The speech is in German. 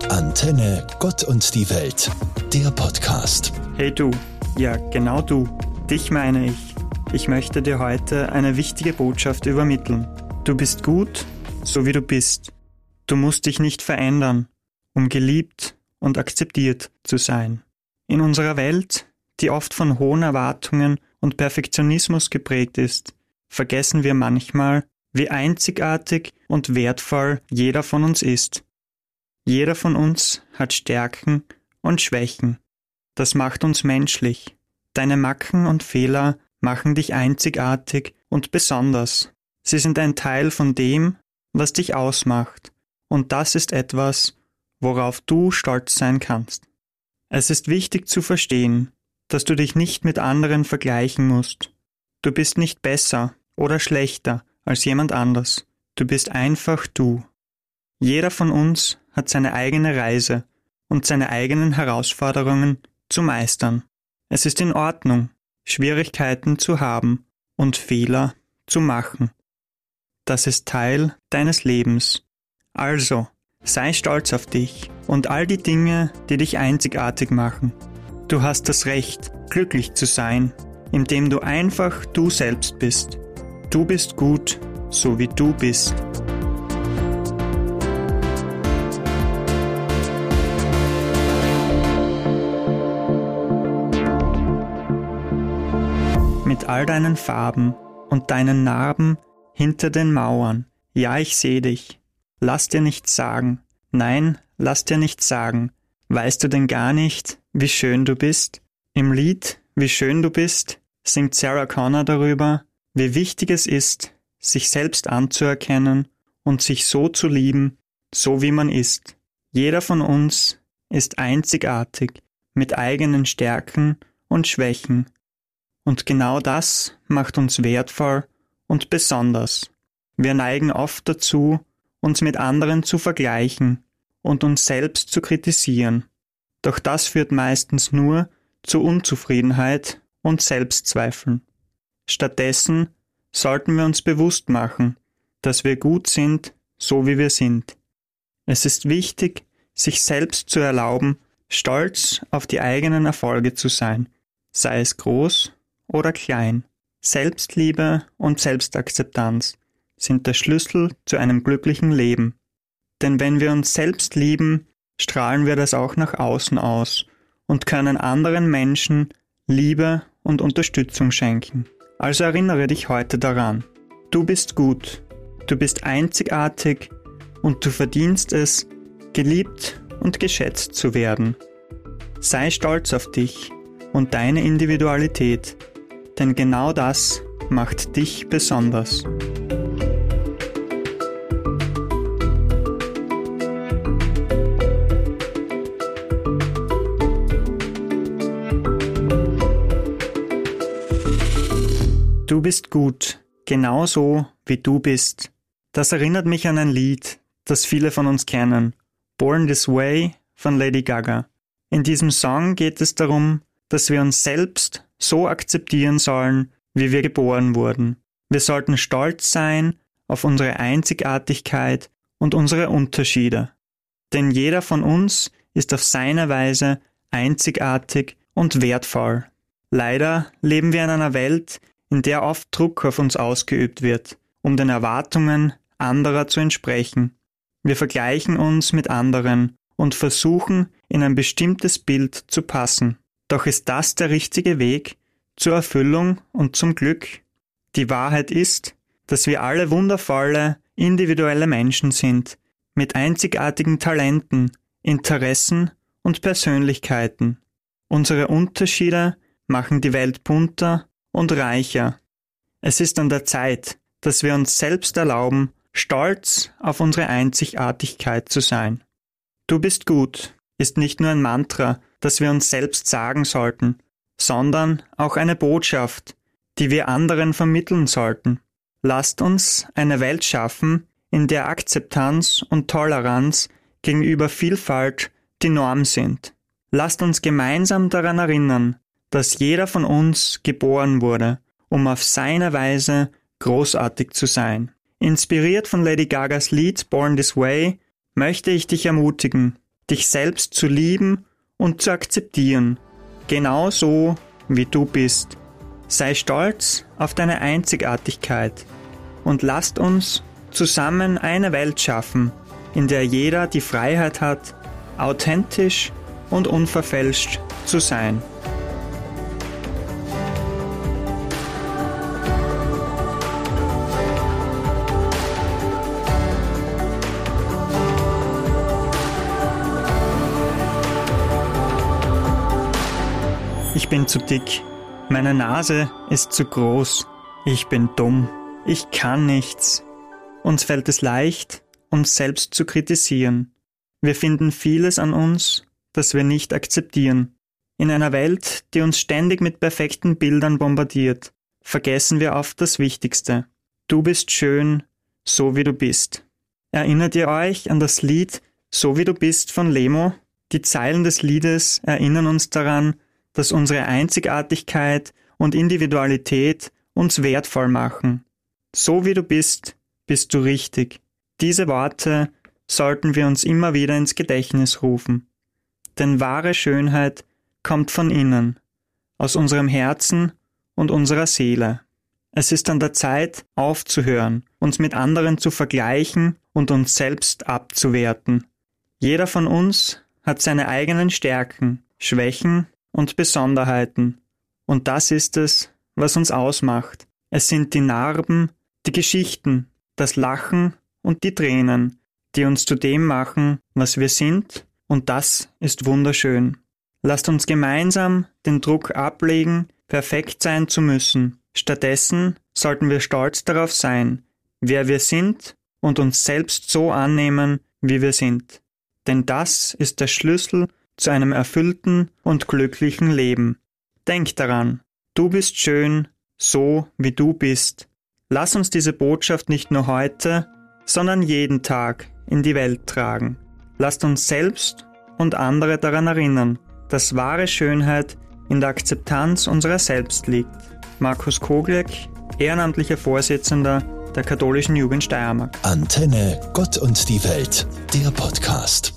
Antenne Gott und die Welt, der Podcast. Hey du, ja genau du, dich meine ich. Ich möchte dir heute eine wichtige Botschaft übermitteln. Du bist gut, so wie du bist. Du musst dich nicht verändern, um geliebt und akzeptiert zu sein. In unserer Welt, die oft von hohen Erwartungen und Perfektionismus geprägt ist, vergessen wir manchmal, wie einzigartig und wertvoll jeder von uns ist. Jeder von uns hat Stärken und Schwächen. Das macht uns menschlich. Deine Macken und Fehler machen dich einzigartig und besonders. Sie sind ein Teil von dem, was dich ausmacht. Und das ist etwas, worauf du stolz sein kannst. Es ist wichtig zu verstehen, dass du dich nicht mit anderen vergleichen musst. Du bist nicht besser oder schlechter als jemand anders. Du bist einfach du. Jeder von uns hat seine eigene Reise und seine eigenen Herausforderungen zu meistern. Es ist in Ordnung, Schwierigkeiten zu haben und Fehler zu machen. Das ist Teil deines Lebens. Also, sei stolz auf dich und all die Dinge, die dich einzigartig machen. Du hast das Recht, glücklich zu sein, indem du einfach du selbst bist. Du bist gut, so wie du bist. Mit all deinen Farben und deinen Narben hinter den Mauern. Ja, ich seh dich. Lass dir nichts sagen. Nein, lass dir nichts sagen. Weißt du denn gar nicht, wie schön du bist? Im Lied »Wie schön du bist« singt Sarah Connor darüber, wie wichtig es ist, sich selbst anzuerkennen und sich so zu lieben, so wie man ist. Jeder von uns ist einzigartig, mit eigenen Stärken und Schwächen. Und genau das macht uns wertvoll und besonders. Wir neigen oft dazu, uns mit anderen zu vergleichen und uns selbst zu kritisieren. Doch das führt meistens nur zu Unzufriedenheit und Selbstzweifeln. Stattdessen sollten wir uns bewusst machen, dass wir gut sind, so wie wir sind. Es ist wichtig, sich selbst zu erlauben, stolz auf die eigenen Erfolge zu sein, sei es groß oder klein. Selbstliebe und Selbstakzeptanz sind der Schlüssel zu einem glücklichen Leben. Denn wenn wir uns selbst lieben, strahlen wir das auch nach außen aus und können anderen Menschen Liebe und Unterstützung schenken. Also erinnere dich heute daran. Du bist gut, du bist einzigartig und du verdienst es, geliebt und geschätzt zu werden. Sei stolz auf dich und deine Individualität, denn genau das macht dich besonders. Du bist gut, genauso wie du bist. Das erinnert mich an ein Lied, das viele von uns kennen. Born This Way von Lady Gaga. In diesem Song geht es darum, dass wir uns selbst so akzeptieren sollen, wie wir geboren wurden. Wir sollten stolz sein auf unsere Einzigartigkeit und unsere Unterschiede. Denn jeder von uns ist auf seine Weise einzigartig und wertvoll. Leider leben wir in einer Welt, in der oft Druck auf uns ausgeübt wird, um den Erwartungen anderer zu entsprechen. Wir vergleichen uns mit anderen und versuchen, in ein bestimmtes Bild zu passen. Doch ist das der richtige Weg zur Erfüllung und zum Glück? Die Wahrheit ist, dass wir alle wundervolle, individuelle Menschen sind, mit einzigartigen Talenten, Interessen und Persönlichkeiten. Unsere Unterschiede machen die Welt bunter und reicher. Es ist an der Zeit, dass wir uns selbst erlauben, stolz auf unsere Einzigartigkeit zu sein. Du bist gut ist nicht nur ein Mantra, das wir uns selbst sagen sollten, sondern auch eine Botschaft, die wir anderen vermitteln sollten. Lasst uns eine Welt schaffen, in der Akzeptanz und Toleranz gegenüber Vielfalt die Norm sind. Lasst uns gemeinsam daran erinnern, dass jeder von uns geboren wurde, um auf seine Weise großartig zu sein. Inspiriert von Lady Gagas Lied Born This Way möchte ich dich ermutigen, dich selbst zu lieben und zu akzeptieren, genau so, wie du bist. Sei stolz auf deine Einzigartigkeit und lasst uns zusammen eine Welt schaffen, in der jeder die Freiheit hat, authentisch und unverfälscht zu sein. Ich bin zu dick, meine Nase ist zu groß, ich bin dumm, ich kann nichts. Uns fällt es leicht, uns selbst zu kritisieren. Wir finden vieles an uns, das wir nicht akzeptieren. In einer Welt, die uns ständig mit perfekten Bildern bombardiert, vergessen wir oft das Wichtigste. Du bist schön, so wie du bist. Erinnert ihr euch an das Lied So wie du bist von Lemo? Die Zeilen des Liedes erinnern uns daran, dass unsere Einzigartigkeit und Individualität uns wertvoll machen. So wie du bist, bist du richtig. Diese Worte sollten wir uns immer wieder ins Gedächtnis rufen. Denn wahre Schönheit kommt von innen, aus unserem Herzen und unserer Seele. Es ist an der Zeit, aufzuhören, uns mit anderen zu vergleichen und uns selbst abzuwerten. Jeder von uns hat seine eigenen Stärken, Schwächen und Besonderheiten. Und das ist es, was uns ausmacht. Es sind die Narben, die Geschichten, das Lachen und die Tränen, die uns zu dem machen, was wir sind, und das ist wunderschön. Lasst uns gemeinsam den Druck ablegen, perfekt sein zu müssen. Stattdessen sollten wir stolz darauf sein, wer wir sind und uns selbst so annehmen, wie wir sind. Denn das ist der Schlüssel zu einem erfüllten und glücklichen Leben. Denk daran, du bist schön, so wie du bist. Lass uns diese Botschaft nicht nur heute, sondern jeden Tag in die Welt tragen. Lasst uns selbst und andere daran erinnern, dass wahre Schönheit in der Akzeptanz unserer selbst liegt. Markus Kogliek, ehrenamtlicher Vorsitzender der Katholischen Jugend Steiermark. Antenne Gott und die Welt, der Podcast.